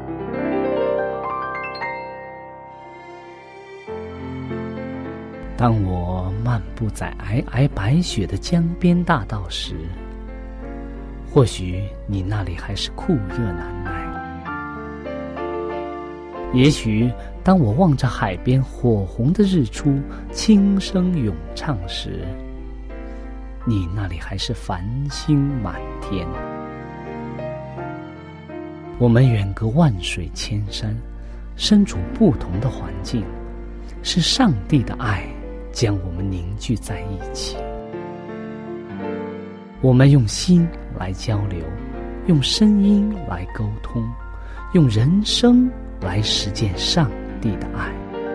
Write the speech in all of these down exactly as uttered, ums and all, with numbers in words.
当我漫步在皑皑白雪的江边大道时，或许你那里还是酷热难耐。也许当我望着海边火红的日出轻声咏唱时，你那里还是繁星满天。我们远隔万水千山，身处不同的环境，是上帝的爱将我们凝聚在一起。我们用心来交流，用声音来沟通，用人生来实践上帝的爱。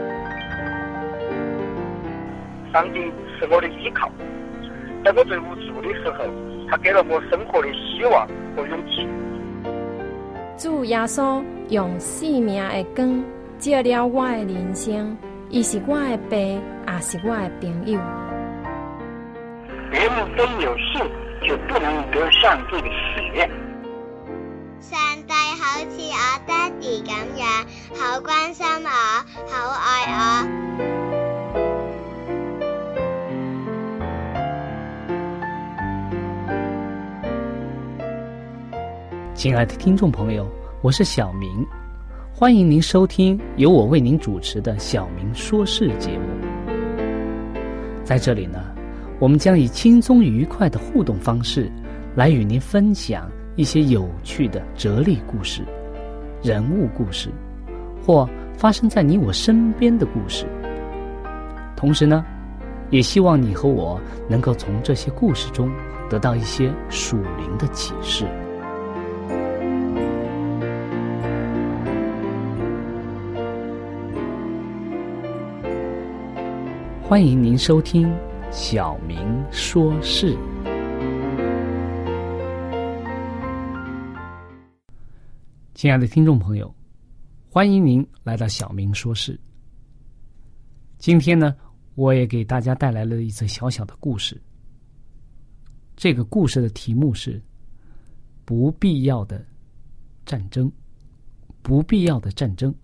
上帝是我的依靠，在我最无助的时候，他给了我生活的希望和勇气。 主耶稣用生命的光照了我的人生，伊是我的爸，也是我的朋友。 人非有信，就不能得上帝的喜悦。 上帝好似我爹哋咁樣，好關心我，好愛我。 亲爱的听众朋友，我是小明，欢迎您收听由我为您主持的小明说事节目。在这里呢，我们将以轻松愉快的互动方式来与您分享一些有趣的哲理故事、人物故事，或发生在你我身边的故事。同时呢，也希望你和我能够从这些故事中得到一些属灵的启示。欢迎您收听小明说事。亲爱的听众朋友，欢迎您来到小明说事。今天呢，我也给大家带来了一则小小的故事。这个故事的题目是不必要的战争。不必要的战争。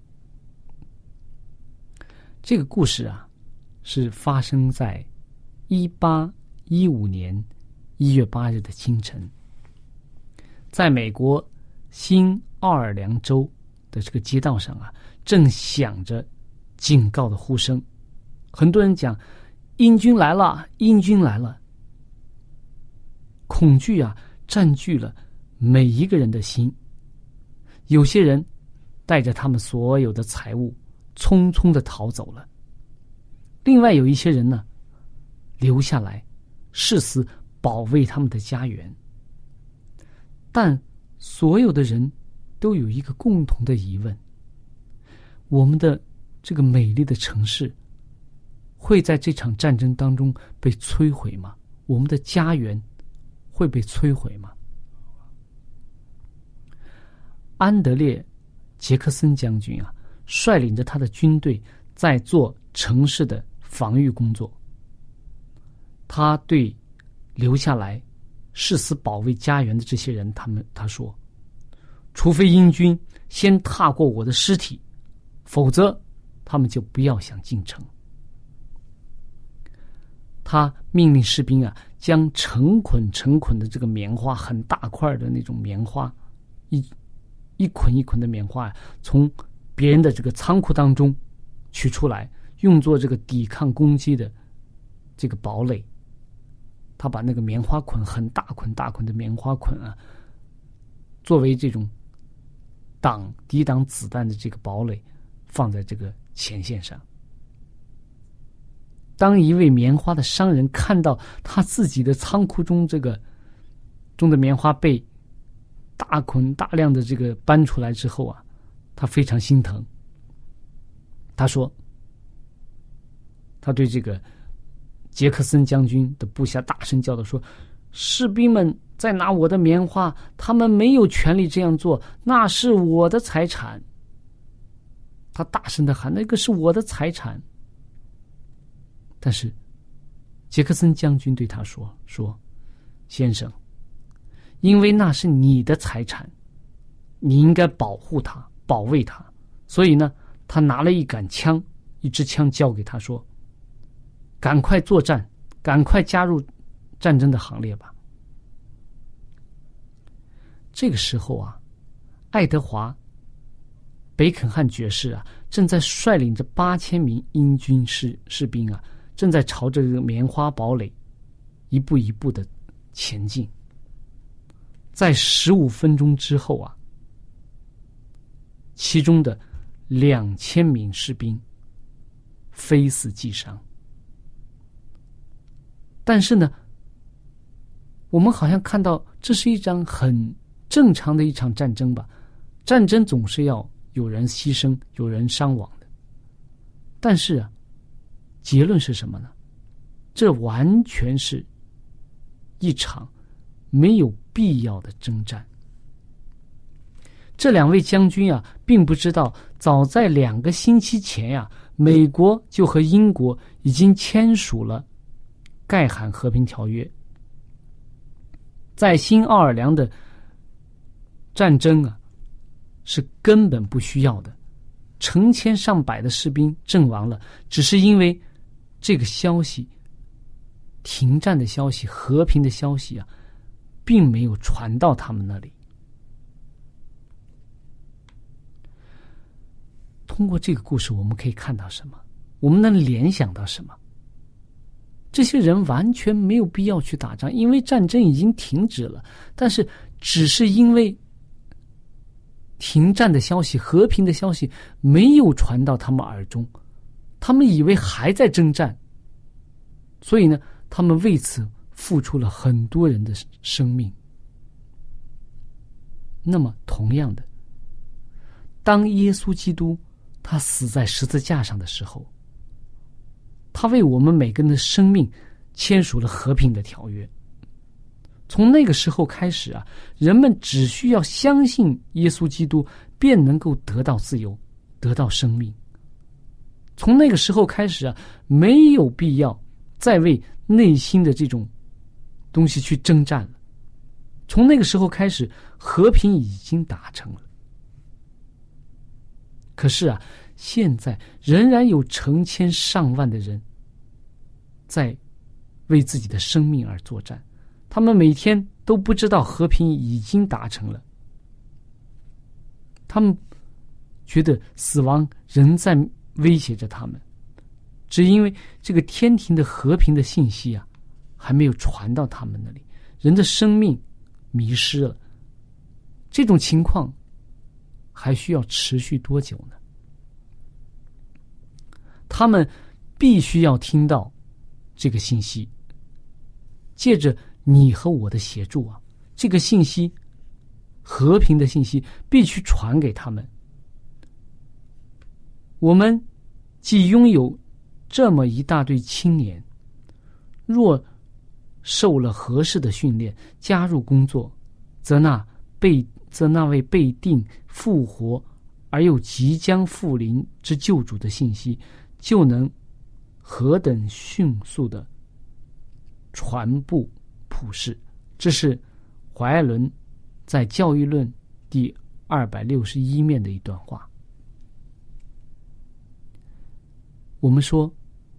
这个故事啊，是发生在一八一五年一月八日的清晨，在美国新奥尔良州的这个街道上啊，正响着警告的呼声。很多人讲英军来了，英军来了。恐惧啊，占据了每一个人的心。有些人带着他们所有的财物，匆匆地逃走了。另外有一些人呢，留下来誓死保卫他们的家园。但所有的人都有一个共同的疑问：我们的这个美丽的城市会在这场战争当中被摧毁吗？我们的家园会被摧毁吗？安德烈·杰克森将军啊，率领着他的军队在做城市的防御工作。他对留下来誓死保卫家园的这些人，他们他说，除非英军先踏过我的尸体，否则他们就不要想进城。他命令士兵啊，将成捆成捆的这个棉花，很大块的那种棉花，一一捆一捆的棉花，从别人的这个仓库当中取出来，用作这个抵抗攻击的这个堡垒。他把那个棉花捆，很大捆大捆的棉花捆啊，作为这种挡抵挡子弹的这个堡垒，放在这个前线上。当一位棉花的商人看到他自己的仓库中这个中的棉花被大捆大量的这个搬出来之后啊，他非常心疼。他说，他对这个杰克森将军的部下大声叫道说，士兵们在拿我的棉花，他们没有权利这样做，那是我的财产。他大声地喊，那个是我的财产。但是杰克森将军对他说说先生，因为那是你的财产，你应该保护它， 保卫他，所以呢，他拿了一杆枪，一支枪交给他说：“赶快作战，赶快加入战争的行列吧。”这个时候啊，爱德华·贝肯汉爵士啊，正在率领着八千名英军士士兵啊，正在朝着这个棉花堡垒一步一步的前进。在十五分钟之后啊，其中的两千名士兵非死即伤。但是呢，我们好像看到这是一场很正常的一场战争吧，战争总是要有人牺牲，有人伤亡的。但是啊，结论是什么呢？这完全是一场没有必要的征战。这两位将军啊，并不知道，早在两个星期前呀、啊，美国就和英国已经签署了盖罕和平条约。在新奥尔良的战争啊，是根本不需要的，成千上百的士兵阵亡了，只是因为这个消息，停战的消息、和平的消息啊，并没有传到他们那里。通过这个故事，我们可以看到什么？我们能联想到什么？这些人完全没有必要去打仗，因为战争已经停止了。但是，只是因为停战的消息、和平的消息没有传到他们耳中，他们以为还在征战，所以呢，他们为此付出了很多人的生命。那么，同样的，当耶稣基督他死在十字架上的时候，他为我们每个人的生命签署了和平的条约。从那个时候开始啊，人们只需要相信耶稣基督，便能够得到自由，得到生命。从那个时候开始啊，没有必要再为内心的这种东西去征战了。从那个时候开始，和平已经达成了。可是啊，现在仍然有成千上万的人在为自己的生命而作战，他们每天都不知道和平已经达成了，他们觉得死亡仍在威胁着他们，只因为这个天庭的和平的信息啊，还没有传到他们那里，人的生命迷失了。这种情况还需要持续多久呢？他们必须要听到这个信息，借着你和我的协助啊，这个信息，和平的信息必须传给他们。我们既拥有这么一大堆青年，若受了合适的训练，加入工作，则那被则那位被定复活而又即将复临之救主的信息，就能何等迅速的传布普世。这是怀爱伦在《教育论》第二百六十一面的一段话。我们说，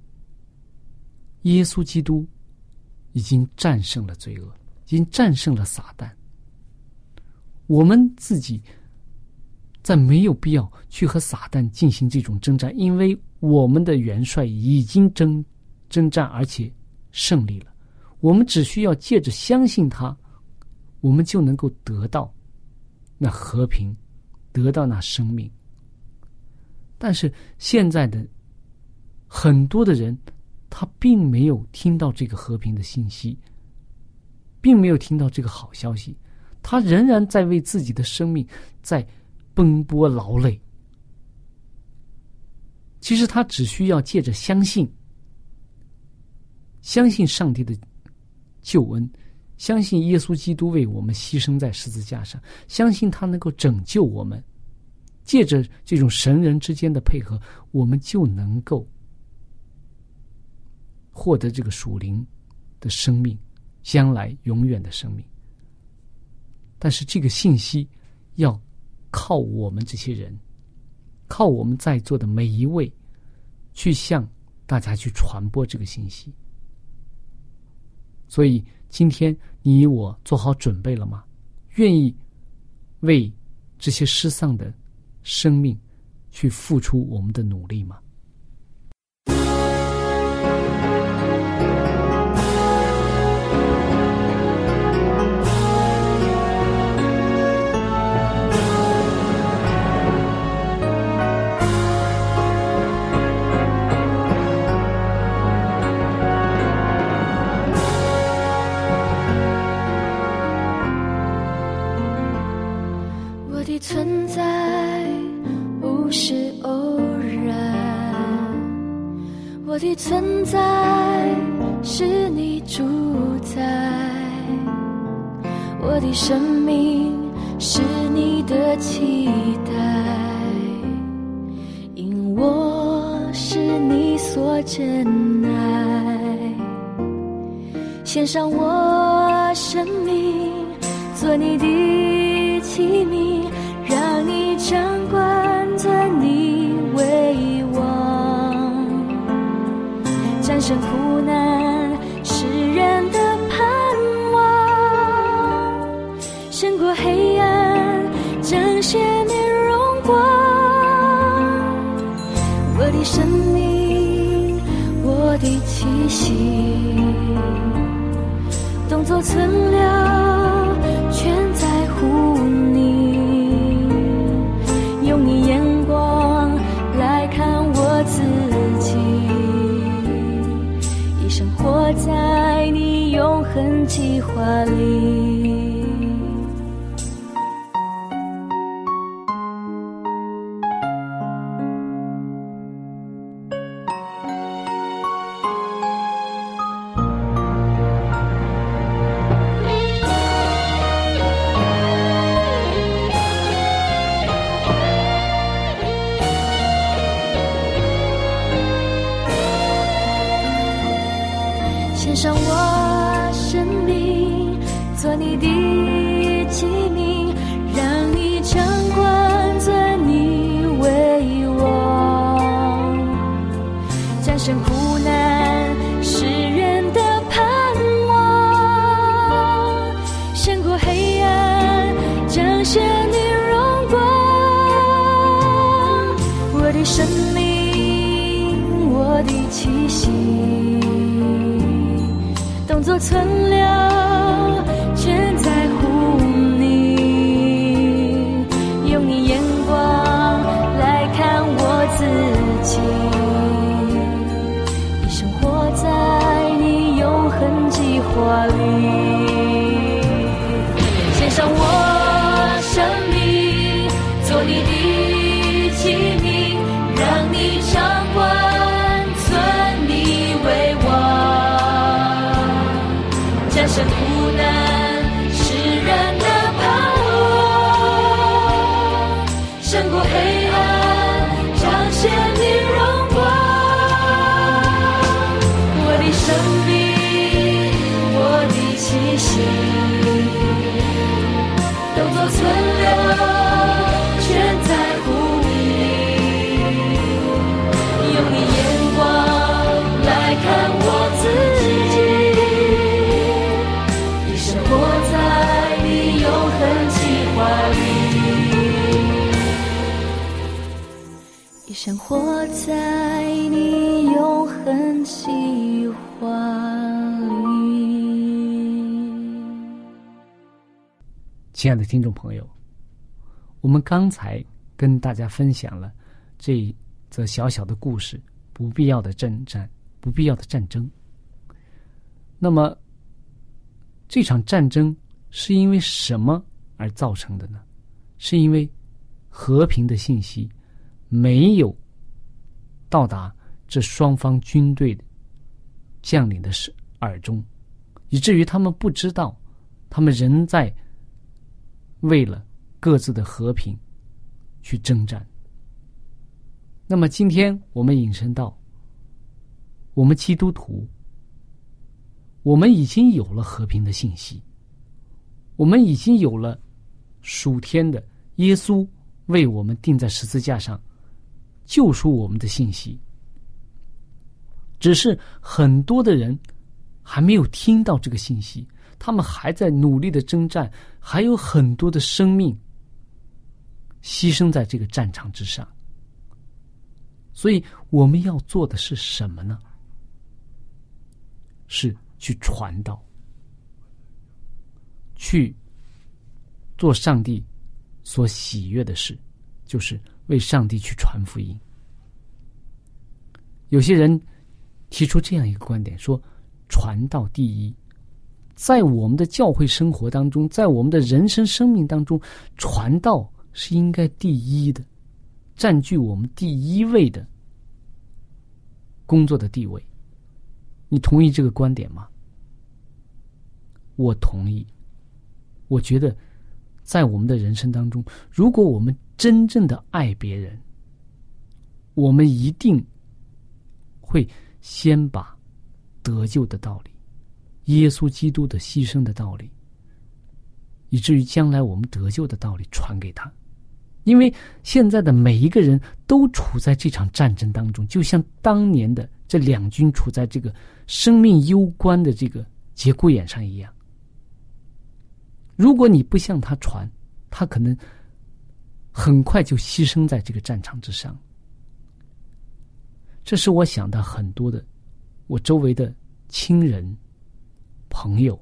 耶稣基督已经战胜了罪恶，已经战胜了撒旦。我们自己在没有必要去和撒旦进行这种征战，因为我们的元帅已经征征战而且胜利了。我们只需要借着相信他，我们就能够得到那和平，得到那生命。但是现在的很多的人，他并没有听到这个和平的信息，并没有听到这个好消息，他仍然在为自己的生命在奔波劳累。其实他只需要借着相信，相信上帝的救恩，相信耶稣基督为我们牺牲在十字架上，相信他能够拯救我们，借着这种神人之间的配合，我们就能够获得这个属灵的生命，将来永远的生命。但是这个信息要靠我们这些人，靠我们在座的每一位，去向大家去传播这个信息。所以今天你我做好准备了吗？愿意为这些失丧的生命去付出我们的努力吗？ 存在不是偶然，我的存在是你主宰，我的生命是你的期待，因我是你所珍爱，献上我生命做你的器皿，让你掌管，尊你为王，战胜苦难，世人的盼望，胜过黑暗，彰显你荣光。我的生命，我的气息，动作存留，全在乎你。用你眼光来看我自己，一生活在你永恒计划里。献上我生命做你的器皿，让你掌管，尊你为王，战胜苦难，世人的盼望，胜过黑暗，彰显你荣光。我的生命，我的气息，动作存留，全在乎你。用你眼光来看我自己，一生活在你永恒计划里。献上我生命，做你的器皿，让你掌管，尊你为王，战胜苦难，世人的盼望，胜过黑暗，彰显你荣光。我的生命，我的气息，动作存留，全在乎你。用你眼光来看我自己，活在你永恒计划里，一生活在你永恒计划里。 亲爱的听众朋友，我们刚才跟大家分享了这一则小小的故事，不必要的征战，不必要的战争。那么这场战争是因为什么而造成的呢？是因为和平的信息没有到达这双方军队的将领的耳中，以至于他们不知道他们仍在为了各自的和平去征战。那么今天我们引申到我们基督徒，我们已经有了和平的信息，我们已经有了属天的耶稣为我们钉在十字架上救赎我们的信息。只是很多的人还没有听到这个信息，他们还在努力的征战，还有很多的生命牺牲在这个战场之上。所以我们要做的是什么呢？是去传道，去做上帝所喜悦的事，就是为上帝去传福音。有些人提出这样一个观点，说传道第一。在我们的教会生活当中，在我们的人生生命当中，传道是应该第一的，占据我们第一位的工作的地位。你同意这个观点吗？我同意。我觉得在我们的人生当中，如果我们真正的爱别人，我们一定会先把得救的道理，耶稣基督的牺牲的道理，以至于将来我们得救的道理传给他。因为现在的每一个人都处在这场战争当中，就像当年的这两军处在这个生命攸关的这个节骨眼上一样。如果你不向他传，他可能很快就牺牲在这个战场之上。这是我想到很多的我周围的亲人朋友。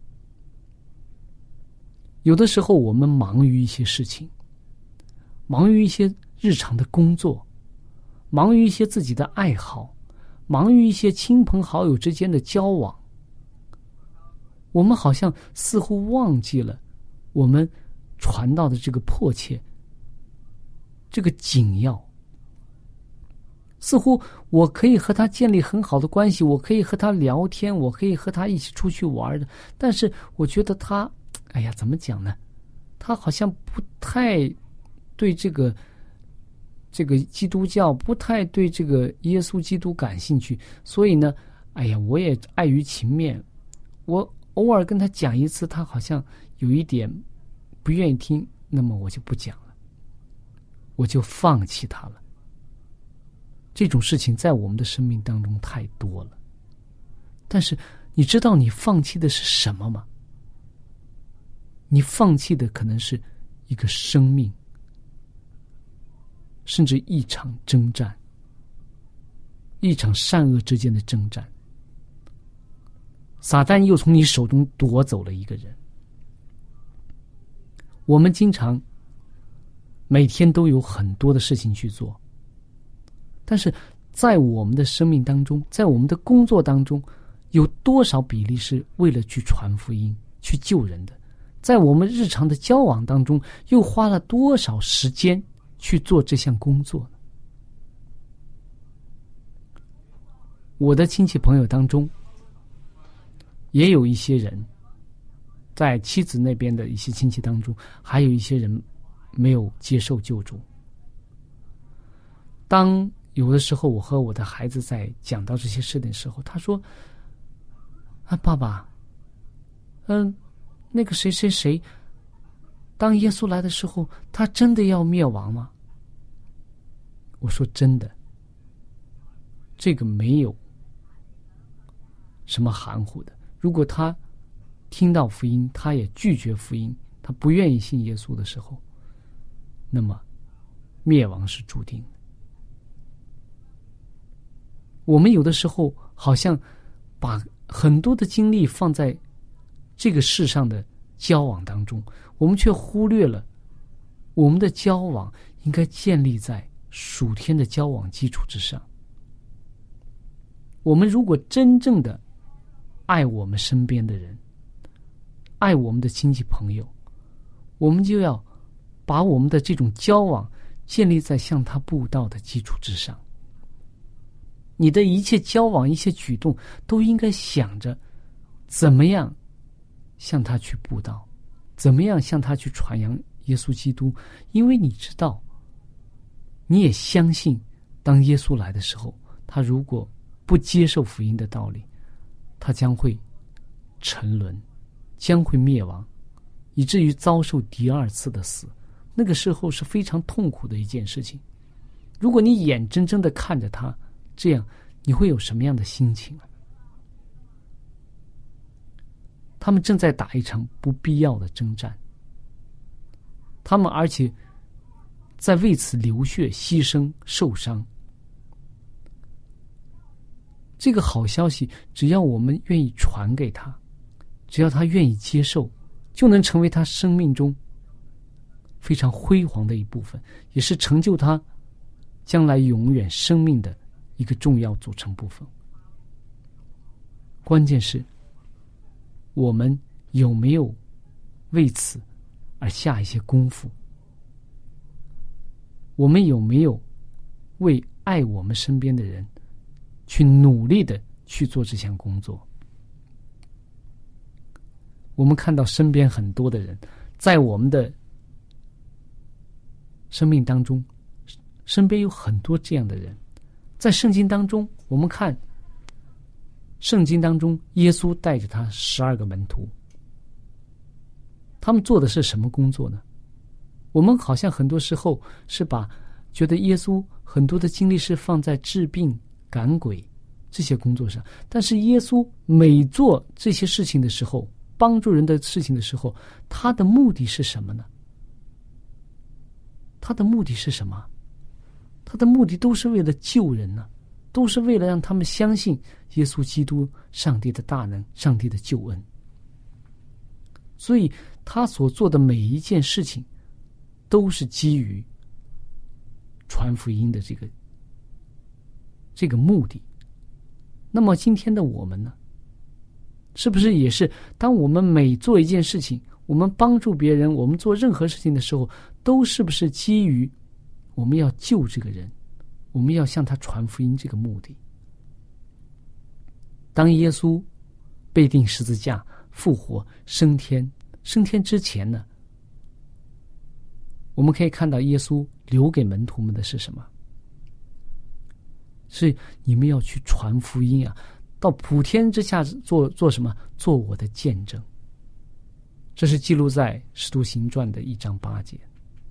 有的时候我们忙于一些事情，忙于一些日常的工作，忙于一些自己的爱好，忙于一些亲朋好友之间的交往，我们好像似乎忘记了我们传道的这个迫切，这个紧要。似乎我可以和他建立很好的关系，我可以和他聊天，我可以和他一起出去玩的，但是我觉得他，哎呀，怎么讲呢？他好像不太对这个这个基督教，不太对这个耶稣基督感兴趣，所以呢，哎呀，我也碍于情面，我偶尔跟他讲一次，他好像有一点不愿意听，那么我就不讲了，我就放弃他了。这种事情在我们的生命当中太多了。但是你知道你放弃的是什么吗？你放弃的可能是一个生命，甚至一场征战，一场善恶之间的征战。撒旦又从你手中夺走了一个人。我们经常每天都有很多的事情去做，但是在我们的生命当中，在我们的工作当中，有多少比例是为了去传福音，去救人的？在我们日常的交往当中，又花了多少时间去做这项工作呢？我的亲戚朋友当中，也有一些人，在妻子那边的一些亲戚当中，还有一些人没有接受救主。当有的时候我和我的孩子在讲到这些事的时候，他说：“啊，爸爸，嗯、呃，那个谁谁谁，当耶稣来的时候，他真的要灭亡吗？”我说：“真的，这个没有什么含糊的。如果他听到福音，他也拒绝福音，他不愿意信耶稣的时候，那么灭亡是注定的。”我们有的时候好像把很多的精力放在这个世上的交往当中，我们却忽略了我们的交往应该建立在属天的交往基础之上。我们如果真正的爱我们身边的人，爱我们的亲戚朋友，我们就要把我们的这种交往建立在向他布道的基础之上。你的一切交往，一切举动，都应该想着怎么样向他去布道，怎么样向他去传扬耶稣基督。因为你知道，你也相信，当耶稣来的时候，他如果不接受福音的道理，他将会沉沦，将会灭亡，以至于遭受第二次的死， 那个时候是非常痛苦的一件事情。如果你眼睁睁的看着他这样，你会有什么样的心情啊？他们正在打一场不必要的征战，他们而且在为此流血、牺牲、受伤。这个好消息，只要我们愿意传给他，只要他愿意接受，就能成为他生命中非常辉煌的一部分，也是成就他将来永远生命的一个重要组成部分。关键是我们有没有为此而下一些功夫，我们有没有为爱我们身边的人去努力的去做这项工作。我们看到身边很多的人，在我们的生命当中，身边有很多这样的人。在圣经当中，我们看圣经当中耶稣带着他十二个门徒，他们做的是什么工作呢？我们好像很多时候是把觉得耶稣很多的精力是放在治病赶鬼这些工作上，但是耶稣每做这些事情的时候，帮助人的事情的时候，他的目的是什么呢？他的目的是什么？他的目的都是为了救人呢、啊，都是为了让他们相信耶稣基督上帝的大能，上帝的救恩。所以他所做的每一件事情都是基于传福音的这个这个目的。那么今天的我们呢，是不是也是当我们每做一件事情，我们帮助别人，我们做任何事情的时候，都是不是基于我们要救这个人，我们要向他传福音这个目的？当耶稣被钉十字架、复活、升天，升天之前呢，我们可以看到耶稣留给门徒们的是什么？是你们要去传福音啊，到普天之下做做什么？做我的见证。这是记录在《使徒行传》的一章八节。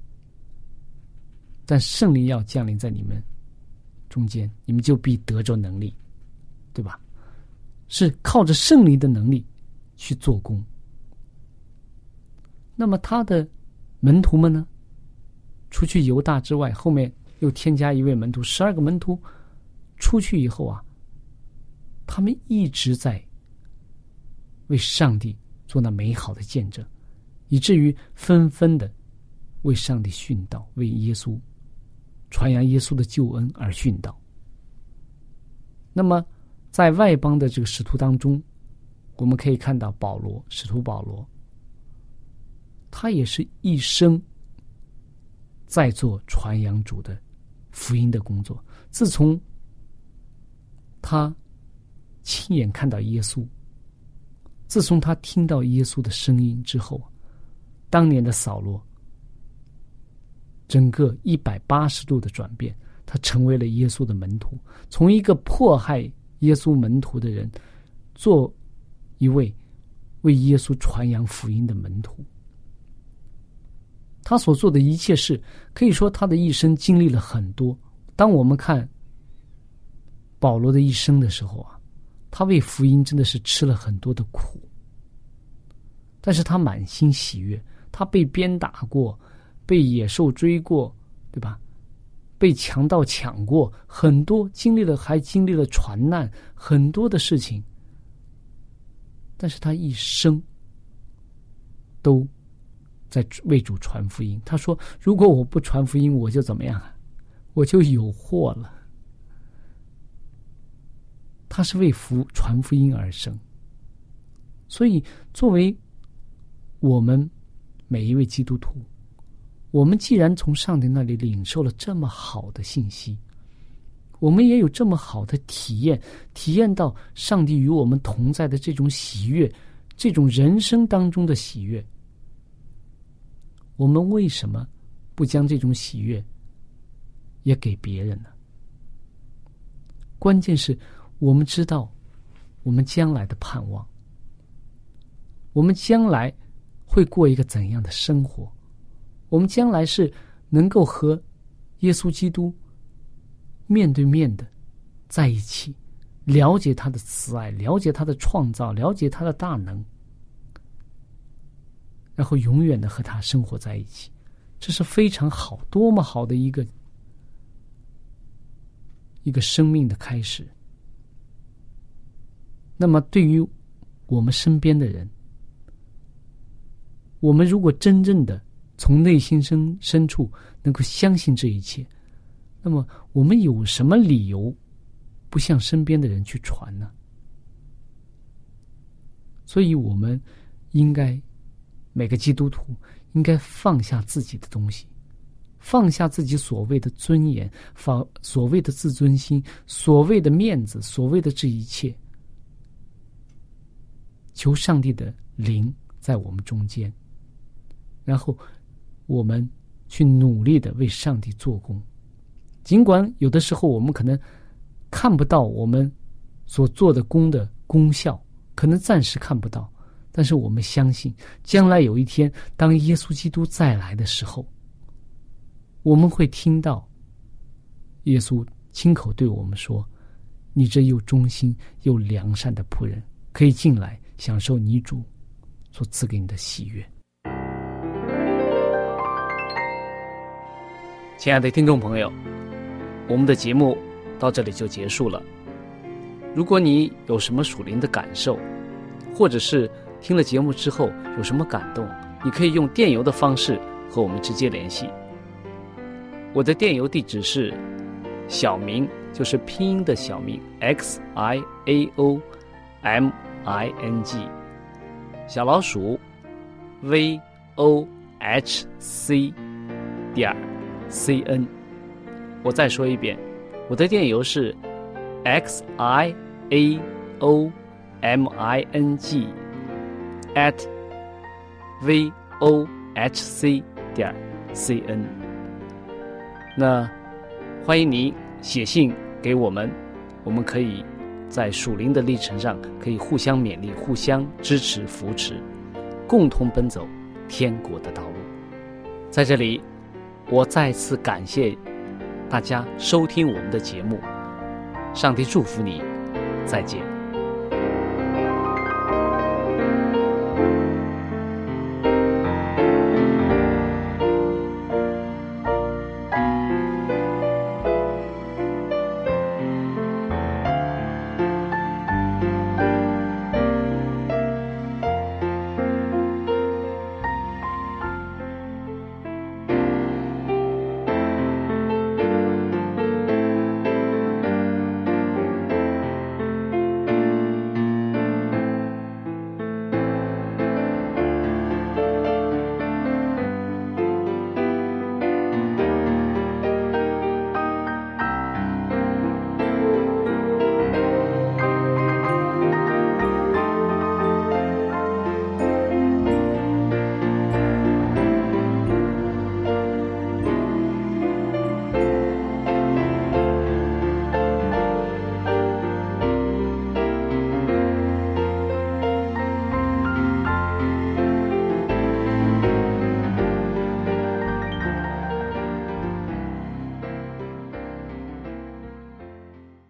但圣灵要降临在你们中间，你们就必得着能力，对吧？是靠着圣灵的能力去做工。那么他的门徒们呢？除去犹大之外，后面又添加一位门徒，十二个门徒出去以后啊，他们一直在为上帝做那美好的见证，以至于纷纷的为上帝殉道，为耶稣传扬耶稣的救恩而殉道。那么在外邦的这个使徒当中，我们可以看到保罗，使徒保罗，他也是一生在做传扬主的福音的工作。自从他亲眼看到耶稣，自从他听到耶稣的声音之后，当年的扫罗整个一百八十度的转变，他成为了耶稣的门徒，从一个迫害耶稣门徒的人，做一位为耶稣传扬福音的门徒。他所做的一切事，可以说他的一生经历了很多。当我们看保罗的一生的时候啊，他为福音真的是吃了很多的苦，但是他满心喜悦。他被鞭打过，被野兽追过，对吧？被强盗抢过，很多经历了，还经历了船难，很多的事情。但是他一生都在为主传福音。他说，如果我不传福音，我就怎么样啊？我就有祸了。他是为福传福音而生。所以作为我们每一位基督徒，我们既然从上帝那里领受了这么好的信息，我们也有这么好的体验，体验到上帝与我们同在的这种喜悦，这种人生当中的喜悦，我们为什么不将这种喜悦也给别人呢？关键是我们知道我们将来的盼望，我们将来会过一个怎样的生活， 我们将来是能够和耶稣基督面对面的在一起，了解他的慈爱，了解他的创造，了解他的大能，然后永远的和他生活在一起。这是非常好，多么好的一个一个生命的开始。那么对于我们身边的人，我们如果真正的从内心深深处能够相信这一切，那么我们有什么理由不向身边的人去传呢？所以我们应该每个基督徒应该放下自己的东西，放下自己所谓的尊严，放所谓的自尊心，所谓的面子，所谓的这一切，求上帝的灵在我们中间，然后我们去努力的为上帝做工。尽管有的时候我们可能看不到我们所做的工的功效，可能暂时看不到，但是我们相信将来有一天当耶稣基督再来的时候，我们会听到耶稣亲口对我们说，你这又忠心又良善的仆人，可以进来享受你主所赐给你的喜悦。亲爱的听众朋友，我们的节目到这里就结束了。如果你有什么属灵的感受，或者是听了节目之后有什么感动，你可以用电邮的方式和我们直接联系。我的电邮地址是小明，就是拼音的小明 X I A O M I N G 小老鼠 V O H C 点 C N。 我再说一遍，我的电邮是 X I A O M I N G at V O H C 点 C N。 那欢迎你写信给我们，我们可以在属灵的历程上可以互相勉励，互相支持扶持，共同奔走天国的道路。在这里我再次感谢大家收听我们的节目，上帝祝福你，再见。